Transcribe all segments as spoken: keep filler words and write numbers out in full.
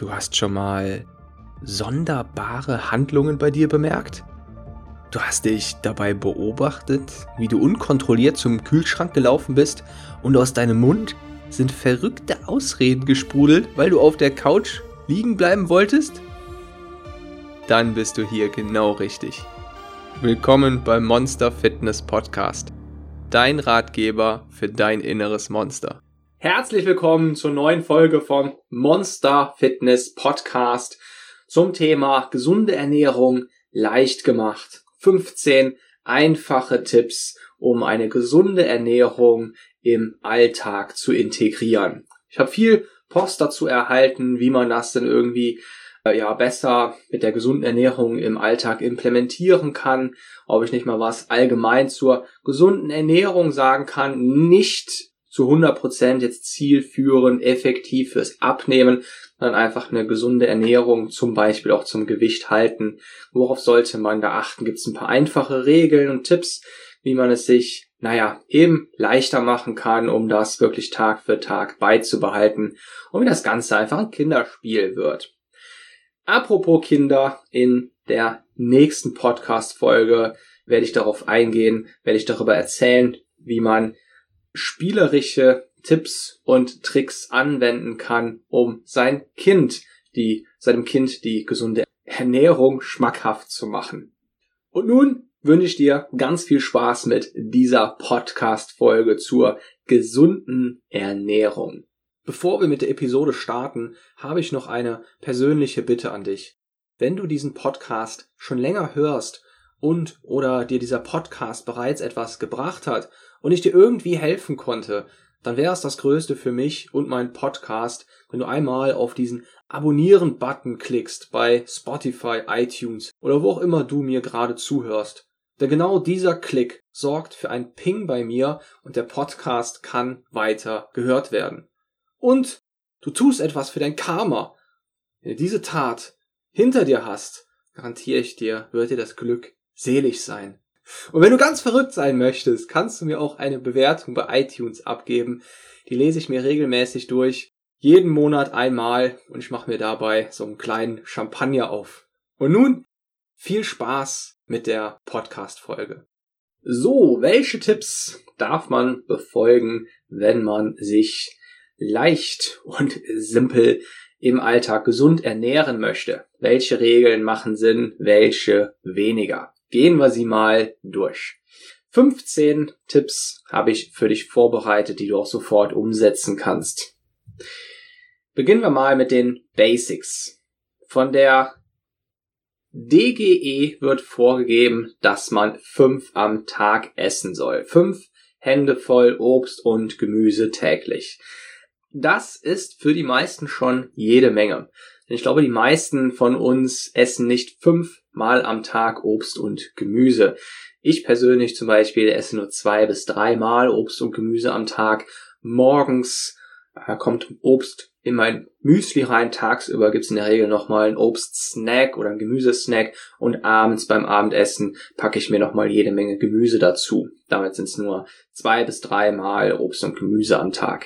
Du hast schon mal sonderbare Handlungen bei dir bemerkt? Du hast dich dabei beobachtet, wie du unkontrolliert zum Kühlschrank gelaufen bist und aus deinem Mund sind verrückte Ausreden gesprudelt, weil du auf der Couch liegen bleiben wolltest? Dann bist du hier genau richtig. Willkommen beim Monster Fitness Podcast, dein Ratgeber für dein inneres Monster. Herzlich willkommen zur neuen Folge vom Monster Fitness Podcast zum Thema gesunde Ernährung leicht gemacht. fünfzehn einfache Tipps, um eine gesunde Ernährung im Alltag zu integrieren. Ich habe viel Post dazu erhalten, wie man das denn irgendwie äh, ja besser mit der gesunden Ernährung im Alltag implementieren kann, ob ich nicht mal was allgemein zur gesunden Ernährung sagen kann, nicht zu hundert Prozent jetzt zielführend, effektiv fürs Abnehmen, sondern einfach eine gesunde Ernährung, zum Beispiel auch zum Gewicht halten. Worauf sollte man da achten? Gibt es ein paar einfache Regeln und Tipps, wie man es sich, naja, eben leichter machen kann, um das wirklich Tag für Tag beizubehalten und wie das Ganze einfach ein Kinderspiel wird. Apropos Kinder, in der nächsten Podcast-Folge werde ich darauf eingehen, werde ich darüber erzählen, wie man spielerische Tipps und Tricks anwenden kann, um sein Kind, die, seinem Kind die gesunde Ernährung schmackhaft zu machen. Und nun wünsche ich dir ganz viel Spaß mit dieser Podcast-Folge zur gesunden Ernährung. Bevor wir mit der Episode starten, habe ich noch eine persönliche Bitte an dich. Wenn du diesen Podcast schon länger hörst und oder dir dieser Podcast bereits etwas gebracht hat und ich dir irgendwie helfen konnte, dann wäre es das Größte für mich und meinen Podcast, wenn du einmal auf diesen Abonnieren-Button klickst bei Spotify, iTunes oder wo auch immer du mir gerade zuhörst. Denn genau dieser Klick sorgt für ein Ping bei mir und der Podcast kann weiter gehört werden. Und du tust etwas für dein Karma. Wenn du diese Tat hinter dir hast, garantiere ich dir, wird dir das Glück selig sein. Und wenn du ganz verrückt sein möchtest, kannst du mir auch eine Bewertung bei iTunes abgeben. Die lese ich mir regelmäßig durch, jeden Monat einmal, und ich mache mir dabei so einen kleinen Champagner auf. Und nun viel Spaß mit der Podcast-Folge. So, welche Tipps darf man befolgen, wenn man sich leicht und simpel im Alltag gesund ernähren möchte? Welche Regeln machen Sinn, welche weniger? Gehen wir sie mal durch. fünfzehn Tipps habe ich für dich vorbereitet, die du auch sofort umsetzen kannst. Beginnen wir mal mit den Basics. Von der D G E wird vorgegeben, dass man fünf am Tag essen soll. Fünf Hände voll Obst und Gemüse täglich. Das ist für die meisten schon jede Menge. Ich glaube, die meisten von uns essen nicht fünfmal am Tag Obst und Gemüse. Ich persönlich zum Beispiel esse nur zwei bis dreimal Obst und Gemüse am Tag. Morgens äh, kommt Obst in mein Müsli rein. Tagsüber gibt es in der Regel nochmal einen Obstsnack oder einen Gemüsesnack. Und abends beim Abendessen packe ich mir nochmal jede Menge Gemüse dazu. Damit sind es nur zwei bis dreimal Obst und Gemüse am Tag.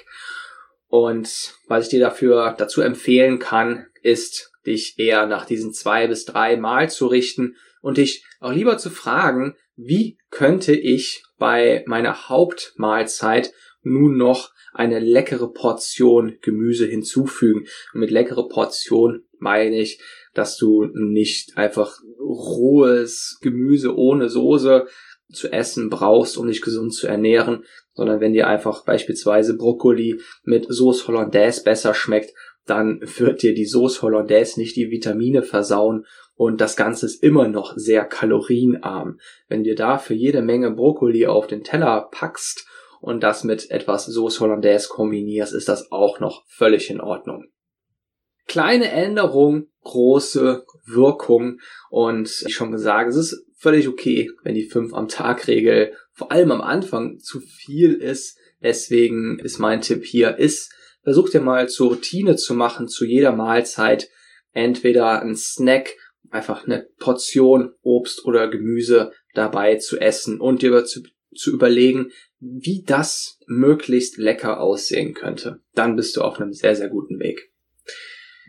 Und was ich dir dafür dazu empfehlen kann, ist, dich eher nach diesen zwei bis drei Mal zu richten und dich auch lieber zu fragen, wie könnte ich bei meiner Hauptmahlzeit nun noch eine leckere Portion Gemüse hinzufügen. Und mit leckere Portion meine ich, dass du nicht einfach rohes Gemüse ohne Soße zu essen brauchst, um dich gesund zu ernähren, sondern wenn dir einfach beispielsweise Brokkoli mit Sauce Hollandaise besser schmeckt, dann wird dir die Sauce Hollandaise nicht die Vitamine versauen und das Ganze ist immer noch sehr kalorienarm. Wenn du dir dafür jede Menge Brokkoli auf den Teller packst und das mit etwas Sauce Hollandaise kombinierst, ist das auch noch völlig in Ordnung. Kleine Änderung, große Wirkung und wie schon gesagt, es ist völlig okay, wenn die fünf am Tag Regel vor allem am Anfang zu viel ist. Deswegen ist mein Tipp hier, ist, versuch dir mal zur Routine zu machen, zu jeder Mahlzeit entweder ein Snack, einfach eine Portion Obst oder Gemüse dabei zu essen und dir zu, zu überlegen, wie das möglichst lecker aussehen könnte. Dann bist du auf einem sehr, sehr guten Weg.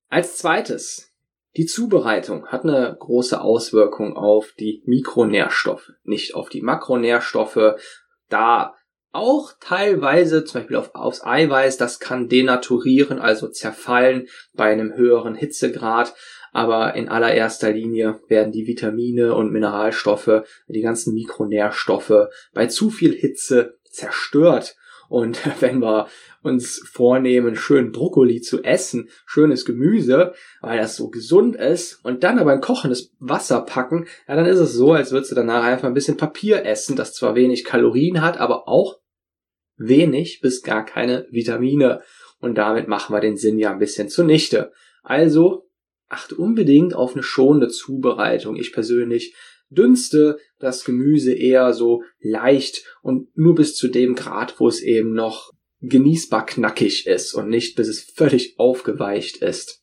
Als zweites, die Zubereitung hat eine große Auswirkung auf die Mikronährstoffe, nicht auf die Makronährstoffe, da auch teilweise zum Beispiel auf, aufs Eiweiß, das kann denaturieren, also zerfallen bei einem höheren Hitzegrad, aber in allererster Linie werden die Vitamine und Mineralstoffe, die ganzen Mikronährstoffe bei zu viel Hitze zerstört. Und wenn wir uns vornehmen, schön Brokkoli zu essen, schönes Gemüse, weil das so gesund ist, und dann aber in kochendes Wasser packen, ja, dann ist es so, als würdest du danach einfach ein bisschen Papier essen, das zwar wenig Kalorien hat, aber auch wenig bis gar keine Vitamine. Und damit machen wir den Sinn ja ein bisschen zunichte. Also achte unbedingt auf eine schonende Zubereitung. Ich persönlich dünste das Gemüse eher so leicht und nur bis zu dem Grad, wo es eben noch genießbar knackig ist und nicht bis es völlig aufgeweicht ist.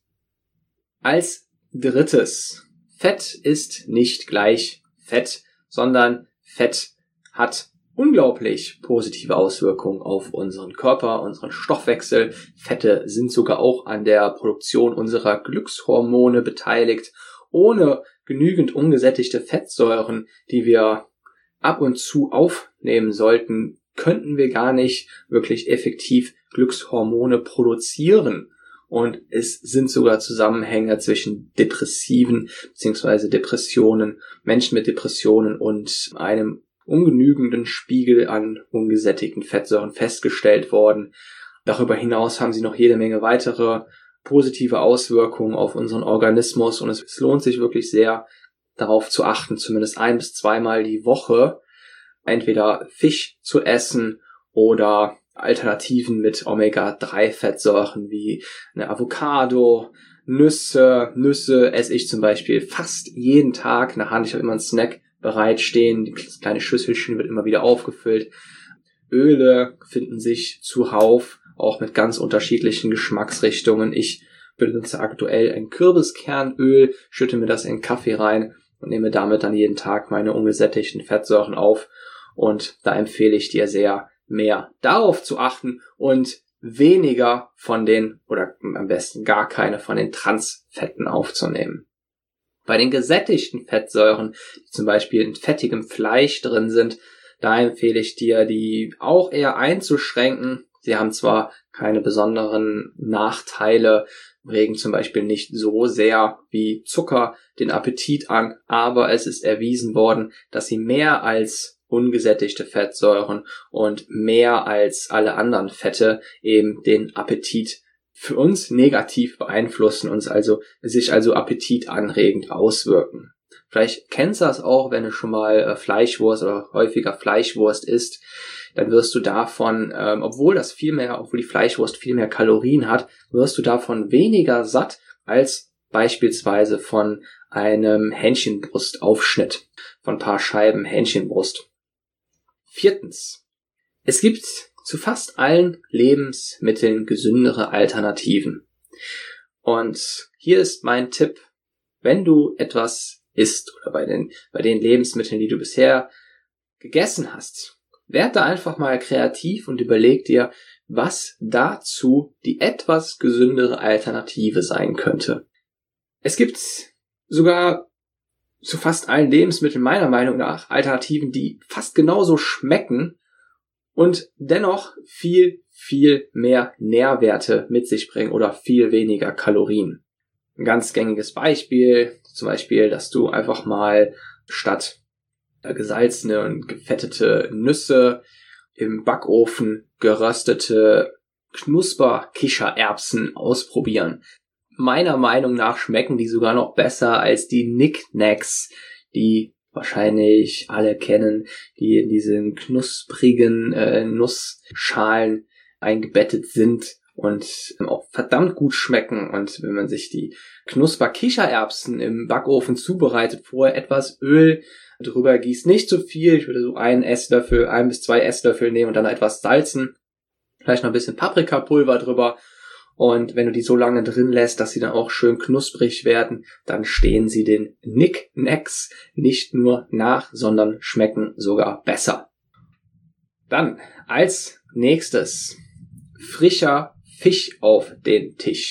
Als drittes, Fett ist nicht gleich Fett, sondern Fett hat unglaublich positive Auswirkungen auf unseren Körper, unseren Stoffwechsel. Fette sind sogar auch an der Produktion unserer Glückshormone beteiligt. Ohne genügend ungesättigte Fettsäuren, die wir ab und zu aufnehmen sollten, könnten wir gar nicht wirklich effektiv Glückshormone produzieren. Und es sind sogar Zusammenhänge zwischen Depressiven bzw. Depressionen, Menschen mit Depressionen und einem ungenügenden Spiegel an ungesättigten Fettsäuren festgestellt worden. Darüber hinaus haben sie noch jede Menge weitere positive Auswirkungen auf unseren Organismus, und es lohnt sich wirklich sehr, darauf zu achten, zumindest ein- bis zweimal die Woche entweder Fisch zu essen oder Alternativen mit Omega drei Fettsäuren wie eine Avocado, Nüsse. Nüsse esse ich zum Beispiel fast jeden Tag eine Hand. Ich habe immer einen Snack bereitstehen, die kleine Schüsselchen wird immer wieder aufgefüllt. Öle finden sich zuhauf, auch mit ganz unterschiedlichen Geschmacksrichtungen. Ich benutze aktuell ein Kürbiskernöl, schütte mir das in Kaffee rein und nehme damit dann jeden Tag meine ungesättigten Fettsäuren auf. Und da empfehle ich dir sehr, mehr darauf zu achten und weniger von den, oder am besten gar keine von den Transfetten aufzunehmen. Bei den gesättigten Fettsäuren, die zum Beispiel in fettigem Fleisch drin sind, da empfehle ich dir, die auch eher einzuschränken. Sie haben zwar keine besonderen Nachteile, regen zum Beispiel nicht so sehr wie Zucker den Appetit an, aber es ist erwiesen worden, dass sie mehr als ungesättigte Fettsäuren und mehr als alle anderen Fette eben den Appetit für uns negativ beeinflussen, uns also, sich also appetitanregend auswirken. Vielleicht kennst du das auch, wenn du schon mal äh, Fleischwurst oder häufiger Fleischwurst isst, dann wirst du davon, ähm, obwohl das viel mehr, obwohl die Fleischwurst viel mehr Kalorien hat, wirst du davon weniger satt als beispielsweise von einem Hähnchenbrustaufschnitt, von ein paar Scheiben Hähnchenbrust. Viertens. Es gibt zu fast allen Lebensmitteln gesündere Alternativen. Und hier ist mein Tipp, wenn du etwas isst oder bei den, bei den Lebensmitteln, die du bisher gegessen hast, werd da einfach mal kreativ und überleg dir, was dazu die etwas gesündere Alternative sein könnte. Es gibt sogar zu fast allen Lebensmitteln meiner Meinung nach Alternativen, die fast genauso schmecken und dennoch viel, viel mehr Nährwerte mit sich bringen oder viel weniger Kalorien. Ein ganz gängiges Beispiel, zum Beispiel, dass du einfach mal statt gesalzene und gefettete Nüsse im Backofen geröstete Knusper-Kichererbsen ausprobieren. Meiner Meinung nach schmecken die sogar noch besser als die Knick-Knacks, die wahrscheinlich alle kennen, die in diesen knusprigen äh, Nussschalen eingebettet sind und auch verdammt gut schmecken. Und wenn man sich die Knusper-Kichererbsen im Backofen zubereitet, vorher etwas Öl drüber gießt, nicht zu viel, ich würde so einen Esslöffel, ein bis zwei Esslöffel nehmen und dann etwas salzen, vielleicht noch ein bisschen Paprikapulver drüber. Und wenn du die so lange drin lässt, dass sie dann auch schön knusprig werden, dann stehen sie den Knick-Knacks nicht nur nach, sondern schmecken sogar besser. Dann als nächstes frischer Fisch auf den Tisch.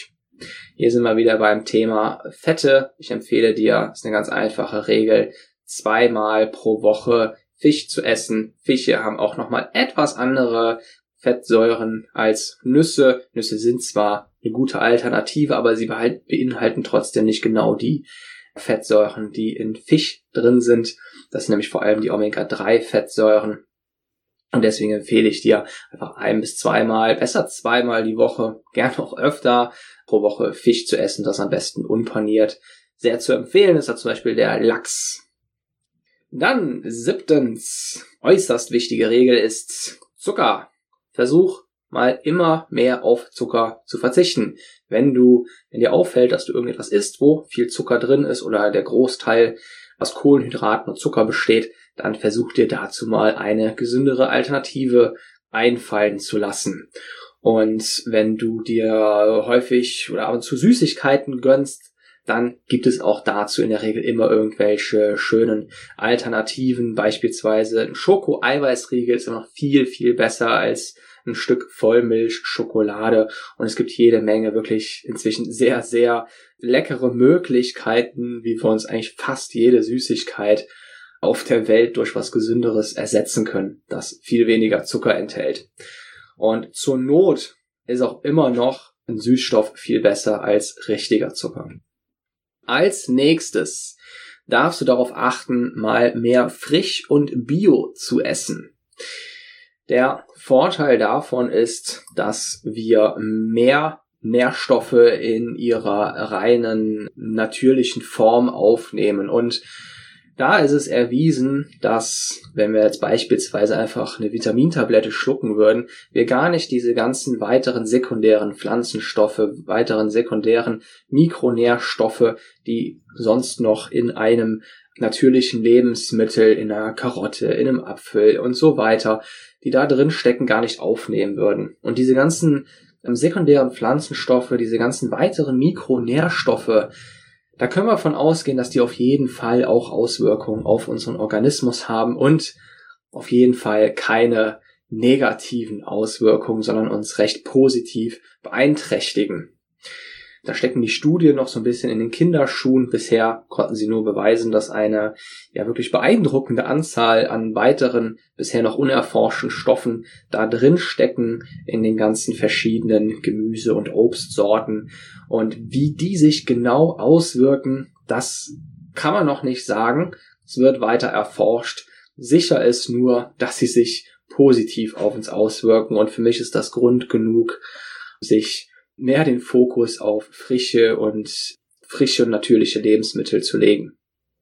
Hier sind wir wieder beim Thema Fette. Ich empfehle dir, das ist eine ganz einfache Regel, zweimal pro Woche Fisch zu essen. Fische haben auch nochmal etwas andere Fettsäuren als Nüsse. Nüsse sind zwar eine gute Alternative, aber sie beinhalten trotzdem nicht genau die Fettsäuren, die in Fisch drin sind. Das sind nämlich vor allem die Omega drei Fettsäuren. Und deswegen empfehle ich dir einfach ein bis zweimal, besser zweimal die Woche, gern auch öfter pro Woche Fisch zu essen, das am besten unpaniert. Sehr zu empfehlen ist da zum Beispiel der Lachs. Dann siebtens, äußerst wichtige Regel ist Zucker. Versuch mal immer mehr auf Zucker zu verzichten. Wenn du, wenn dir auffällt, dass du irgendetwas isst, wo viel Zucker drin ist oder der Großteil aus Kohlenhydraten und Zucker besteht, dann versuch dir dazu mal eine gesündere Alternative einfallen zu lassen. Und wenn du dir häufig oder ab und zu Süßigkeiten gönnst, dann gibt es auch dazu in der Regel immer irgendwelche schönen Alternativen. Beispielsweise ein Schoko-Eiweißriegel ist immer noch viel, viel besser als ein Stück Vollmilch-Schokolade. Und es gibt jede Menge wirklich inzwischen sehr, sehr leckere Möglichkeiten, wie wir uns eigentlich fast jede Süßigkeit auf der Welt durch was Gesünderes ersetzen können, das viel weniger Zucker enthält. Und zur Not ist auch immer noch ein Süßstoff viel besser als richtiger Zucker. Als nächstes darfst du darauf achten, mal mehr frisch und bio zu essen. Der Vorteil davon ist, dass wir mehr Nährstoffe in ihrer reinen, natürlichen Form aufnehmen. Und da ist es erwiesen, dass, wenn wir jetzt beispielsweise einfach eine Vitamintablette schlucken würden, wir gar nicht diese ganzen weiteren sekundären Pflanzenstoffe, weiteren sekundären Mikronährstoffe, die sonst noch in einem natürlichen Lebensmittel, in einer Karotte, in einem Apfel und so weiter, die da drin stecken, gar nicht aufnehmen würden. Und diese ganzen ähm, sekundären Pflanzenstoffe, diese ganzen weiteren Mikronährstoffe, da können wir davon ausgehen, dass die auf jeden Fall auch Auswirkungen auf unseren Organismus haben und auf jeden Fall keine negativen Auswirkungen, sondern uns recht positiv beeinträchtigen. Da stecken die Studien noch so ein bisschen in den Kinderschuhen. Bisher konnten sie nur beweisen, dass eine ja wirklich beeindruckende Anzahl an weiteren, bisher noch unerforschten Stoffen da drin stecken in den ganzen verschiedenen Gemüse- und Obstsorten. Und wie die sich genau auswirken, das kann man noch nicht sagen. Es wird weiter erforscht. Sicher ist nur, dass sie sich positiv auf uns auswirken. Und für mich ist das Grund genug, sich mehr den Fokus auf frische und frische und natürliche Lebensmittel zu legen.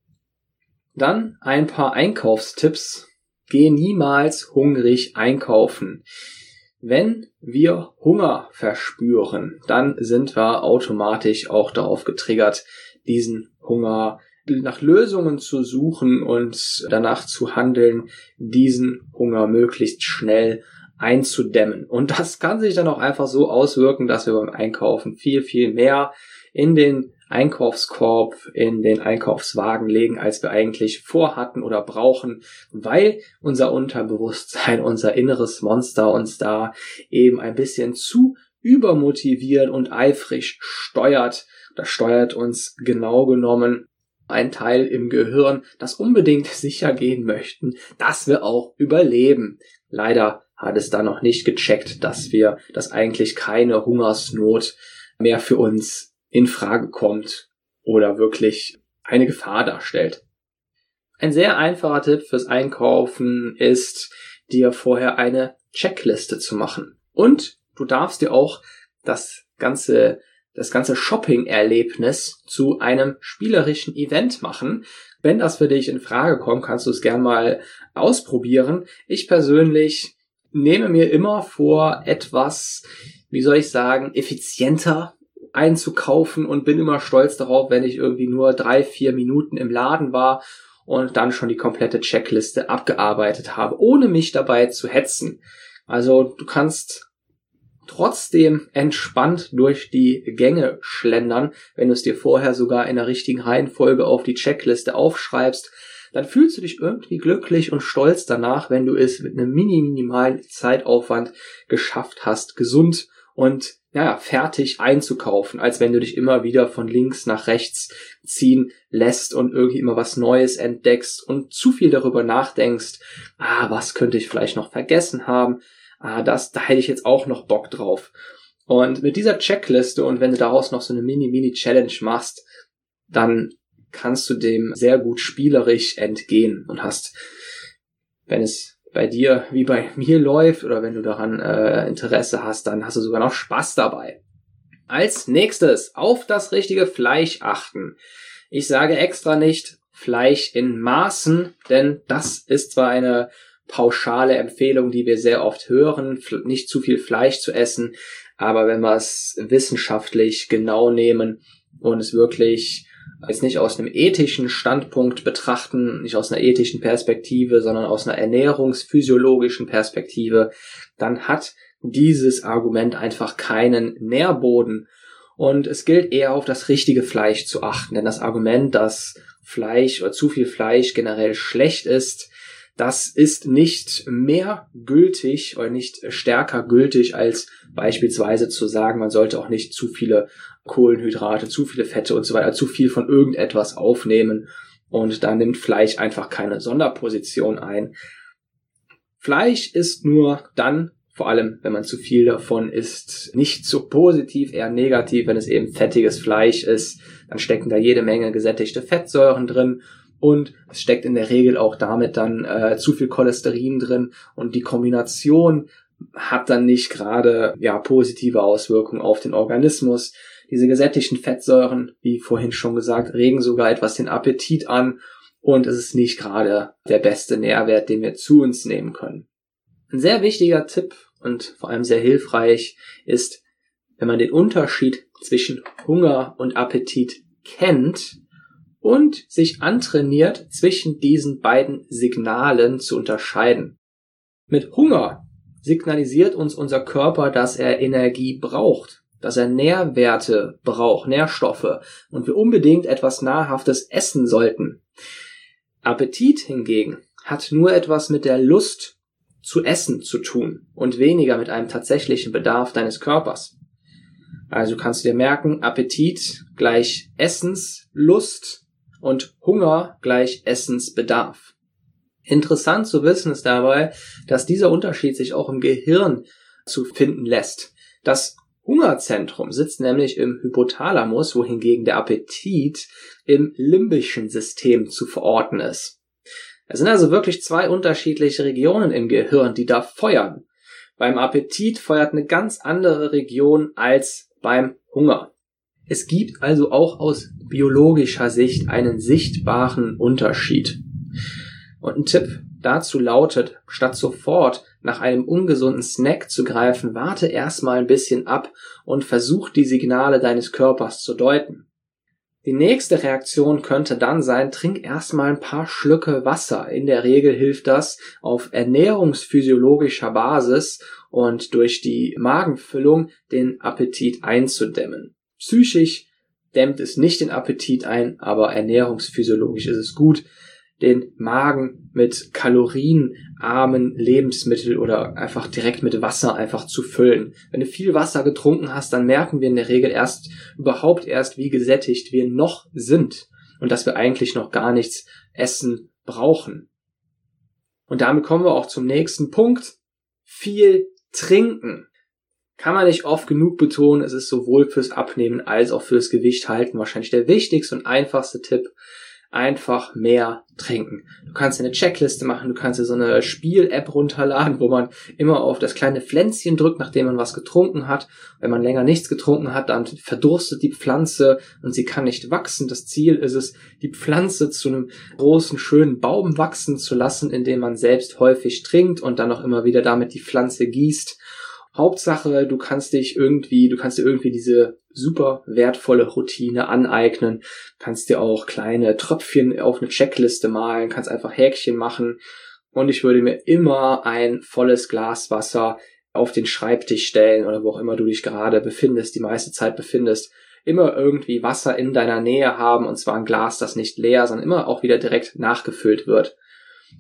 Dann ein paar Einkaufstipps. Geh niemals hungrig einkaufen. Wenn wir Hunger verspüren, dann sind wir automatisch auch darauf getriggert, diesen Hunger nach Lösungen zu suchen und danach zu handeln, diesen Hunger möglichst schnell einzudämmen. Und das kann sich dann auch einfach so auswirken, dass wir beim Einkaufen viel, viel mehr in den Einkaufskorb, in den Einkaufswagen legen, als wir eigentlich vorhatten oder brauchen, weil unser Unterbewusstsein, unser inneres Monster uns da eben ein bisschen zu übermotiviert und eifrig steuert. Das steuert uns genau genommen ein Teil im Gehirn, das unbedingt sicher gehen möchten, dass wir auch überleben. Leider hat es da noch nicht gecheckt, dass wir, dass eigentlich keine Hungersnot mehr für uns in Frage kommt oder wirklich eine Gefahr darstellt. Ein sehr einfacher Tipp fürs Einkaufen ist, dir vorher eine Checkliste zu machen. Und du darfst dir auch das ganze, das ganze Shopping-Erlebnis zu einem spielerischen Event machen. Wenn das für dich in Frage kommt, kannst du es gern mal ausprobieren. Ich persönlich nehme mir immer vor, etwas, wie soll ich sagen, effizienter einzukaufen und bin immer stolz darauf, wenn ich irgendwie nur drei, vier Minuten im Laden war und dann schon die komplette Checkliste abgearbeitet habe, ohne mich dabei zu hetzen. Also du kannst trotzdem entspannt durch die Gänge schlendern, wenn du es dir vorher sogar in der richtigen Reihenfolge auf die Checkliste aufschreibst. Dann fühlst du dich irgendwie glücklich und stolz danach, wenn du es mit einem mini-minimalen Zeitaufwand geschafft hast, gesund und ja, fertig einzukaufen, als wenn du dich immer wieder von links nach rechts ziehen lässt und irgendwie immer was Neues entdeckst und zu viel darüber nachdenkst, ah, was könnte ich vielleicht noch vergessen haben, ah, das, da hätte ich jetzt auch noch Bock drauf. Und mit dieser Checkliste und wenn du daraus noch so eine Mini-Mini-Challenge machst, dann kannst du dem sehr gut spielerisch entgehen und hast, wenn es bei dir wie bei mir läuft oder wenn du daran äh, Interesse hast, dann hast du sogar noch Spaß dabei. Als nächstes auf das richtige Fleisch achten. Ich sage extra nicht Fleisch in Maßen, denn das ist zwar eine pauschale Empfehlung, die wir sehr oft hören, nicht zu viel Fleisch zu essen, aber wenn wir es wissenschaftlich genau nehmen und es wirklich jetzt nicht aus einem ethischen Standpunkt betrachten, nicht aus einer ethischen Perspektive, sondern aus einer ernährungsphysiologischen Perspektive, dann hat dieses Argument einfach keinen Nährboden. Und es gilt eher auf das richtige Fleisch zu achten, denn das Argument, dass Fleisch oder zu viel Fleisch generell schlecht ist, das ist nicht mehr gültig oder nicht stärker gültig als beispielsweise zu sagen, man sollte auch nicht zu viele Kohlenhydrate, zu viele Fette und so weiter, zu viel von irgendetwas aufnehmen und da nimmt Fleisch einfach keine Sonderposition ein. Fleisch ist nur dann, vor allem wenn man zu viel davon isst, nicht so positiv, eher negativ, wenn es eben fettiges Fleisch ist, dann stecken da jede Menge gesättigte Fettsäuren drin und es steckt in der Regel auch damit dann äh, zu viel Cholesterin drin und die Kombination hat dann nicht gerade ja positive Auswirkungen auf den Organismus. Diese gesättigten Fettsäuren, wie vorhin schon gesagt, regen sogar etwas den Appetit an und es ist nicht gerade der beste Nährwert, den wir zu uns nehmen können. Ein sehr wichtiger Tipp und vor allem sehr hilfreich ist, wenn man den Unterschied zwischen Hunger und Appetit kennt und sich antrainiert, zwischen diesen beiden Signalen zu unterscheiden. Mit Hunger signalisiert uns unser Körper, dass er Energie braucht, dass er Nährwerte braucht, Nährstoffe und wir unbedingt etwas Nahrhaftes essen sollten. Appetit hingegen hat nur etwas mit der Lust zu essen zu tun und weniger mit einem tatsächlichen Bedarf deines Körpers. Also kannst du dir merken, Appetit gleich Essenslust und Hunger gleich Essensbedarf. Interessant zu wissen ist dabei, dass dieser Unterschied sich auch im Gehirn zu finden lässt. Das Hungerzentrum sitzt nämlich im Hypothalamus, wohingegen der Appetit im limbischen System zu verorten ist. Es sind also wirklich zwei unterschiedliche Regionen im Gehirn, die da feuern. Beim Appetit feuert eine ganz andere Region als beim Hunger. Es gibt also auch aus biologischer Sicht einen sichtbaren Unterschied. Und ein Tipp dazu lautet, statt sofort nach einem ungesunden Snack zu greifen, warte erstmal ein bisschen ab und versuch die Signale deines Körpers zu deuten. Die nächste Reaktion könnte dann sein, trink erstmal ein paar Schlücke Wasser. In der Regel hilft das auf ernährungsphysiologischer Basis und durch die Magenfüllung den Appetit einzudämmen. Psychisch dämmt es nicht den Appetit ein, aber ernährungsphysiologisch ist es gut, den Magen mit kalorienarmen Lebensmitteln oder einfach direkt mit Wasser einfach zu füllen. Wenn du viel Wasser getrunken hast, dann merken wir in der Regel erst, überhaupt erst, wie gesättigt wir noch sind und dass wir eigentlich noch gar nichts essen brauchen. Und damit kommen wir auch zum nächsten Punkt. Viel trinken. Kann man nicht oft genug betonen, es ist sowohl fürs Abnehmen als auch fürs Gewicht halten wahrscheinlich der wichtigste und einfachste Tipp. Einfach mehr trinken. Du kannst dir eine Checkliste machen, du kannst dir so eine Spiel-App runterladen, wo man immer auf das kleine Pflänzchen drückt, nachdem man was getrunken hat. Wenn man länger nichts getrunken hat, dann verdurstet die Pflanze und sie kann nicht wachsen. Das Ziel ist es, die Pflanze zu einem großen, schönen Baum wachsen zu lassen, indem man selbst häufig trinkt und dann auch immer wieder damit die Pflanze gießt. Hauptsache, du kannst dich irgendwie, du kannst dir irgendwie diese super wertvolle Routine aneignen, kannst dir auch kleine Tröpfchen auf eine Checkliste malen, kannst einfach Häkchen machen und ich würde mir immer ein volles Glas Wasser auf den Schreibtisch stellen oder wo auch immer du dich gerade befindest, die meiste Zeit befindest, immer irgendwie Wasser in deiner Nähe haben und zwar ein Glas, das nicht leer, sondern immer auch wieder direkt nachgefüllt wird.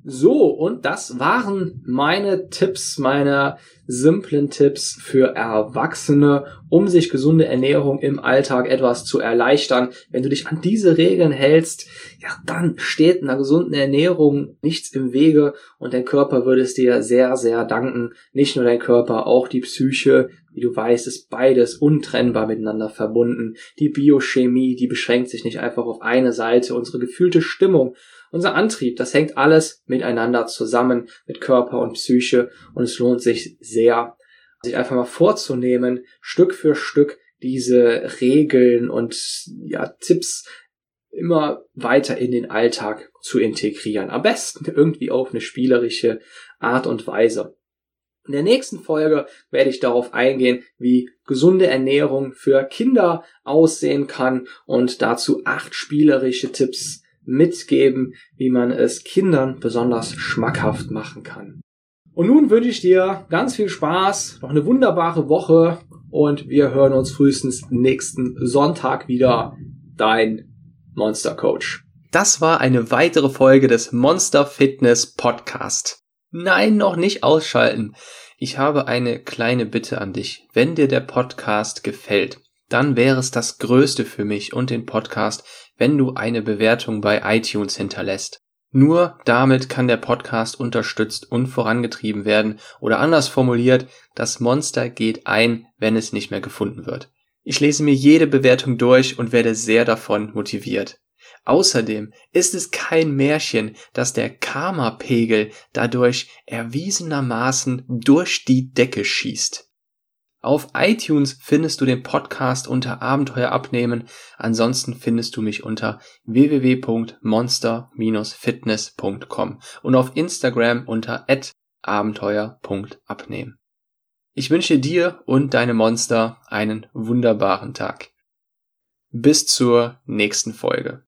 So, und das waren meine Tipps, meine simplen Tipps für Erwachsene, um sich gesunde Ernährung im Alltag etwas zu erleichtern. Wenn du dich an diese Regeln hältst, ja, dann steht einer gesunden Ernährung nichts im Wege und dein Körper würde es dir sehr, sehr danken. Nicht nur dein Körper, auch die Psyche. Wie du weißt, ist beides untrennbar miteinander verbunden. Die Biochemie, die beschränkt sich nicht einfach auf eine Seite. Unsere gefühlte Stimmung, unser Antrieb, das hängt alles miteinander zusammen mit Körper und Psyche und es lohnt sich sehr, sich einfach mal vorzunehmen, Stück für Stück diese Regeln und ja, Tipps immer weiter in den Alltag zu integrieren. Am besten irgendwie auf eine spielerische Art und Weise. In der nächsten Folge werde ich darauf eingehen, wie gesunde Ernährung für Kinder aussehen kann und dazu acht spielerische Tipps mitgeben, wie man es Kindern besonders schmackhaft machen kann. Und nun wünsche ich dir ganz viel Spaß, noch eine wunderbare Woche und wir hören uns frühestens nächsten Sonntag wieder. Dein Monster Coach. Das war eine weitere Folge des Monster Fitness Podcast. Nein, noch nicht ausschalten. Ich habe eine kleine Bitte an dich. Wenn dir der Podcast gefällt, dann wäre es das Größte für mich und den Podcast, wenn du eine Bewertung bei iTunes hinterlässt. Nur damit kann der Podcast unterstützt und vorangetrieben werden oder anders formuliert, das Monster geht ein, wenn es nicht mehr gefunden wird. Ich lese mir jede Bewertung durch und werde sehr davon motiviert. Außerdem ist es kein Märchen, dass der Karma-Pegel dadurch erwiesenermaßen durch die Decke schießt. Auf iTunes findest du den Podcast unter Abenteuer abnehmen, ansonsten findest du mich unter w w w punkt monster fitness punkt com und auf Instagram unter at abenteuer punkt abnehmen. Ich wünsche dir und deinem Monster einen wunderbaren Tag. Bis zur nächsten Folge.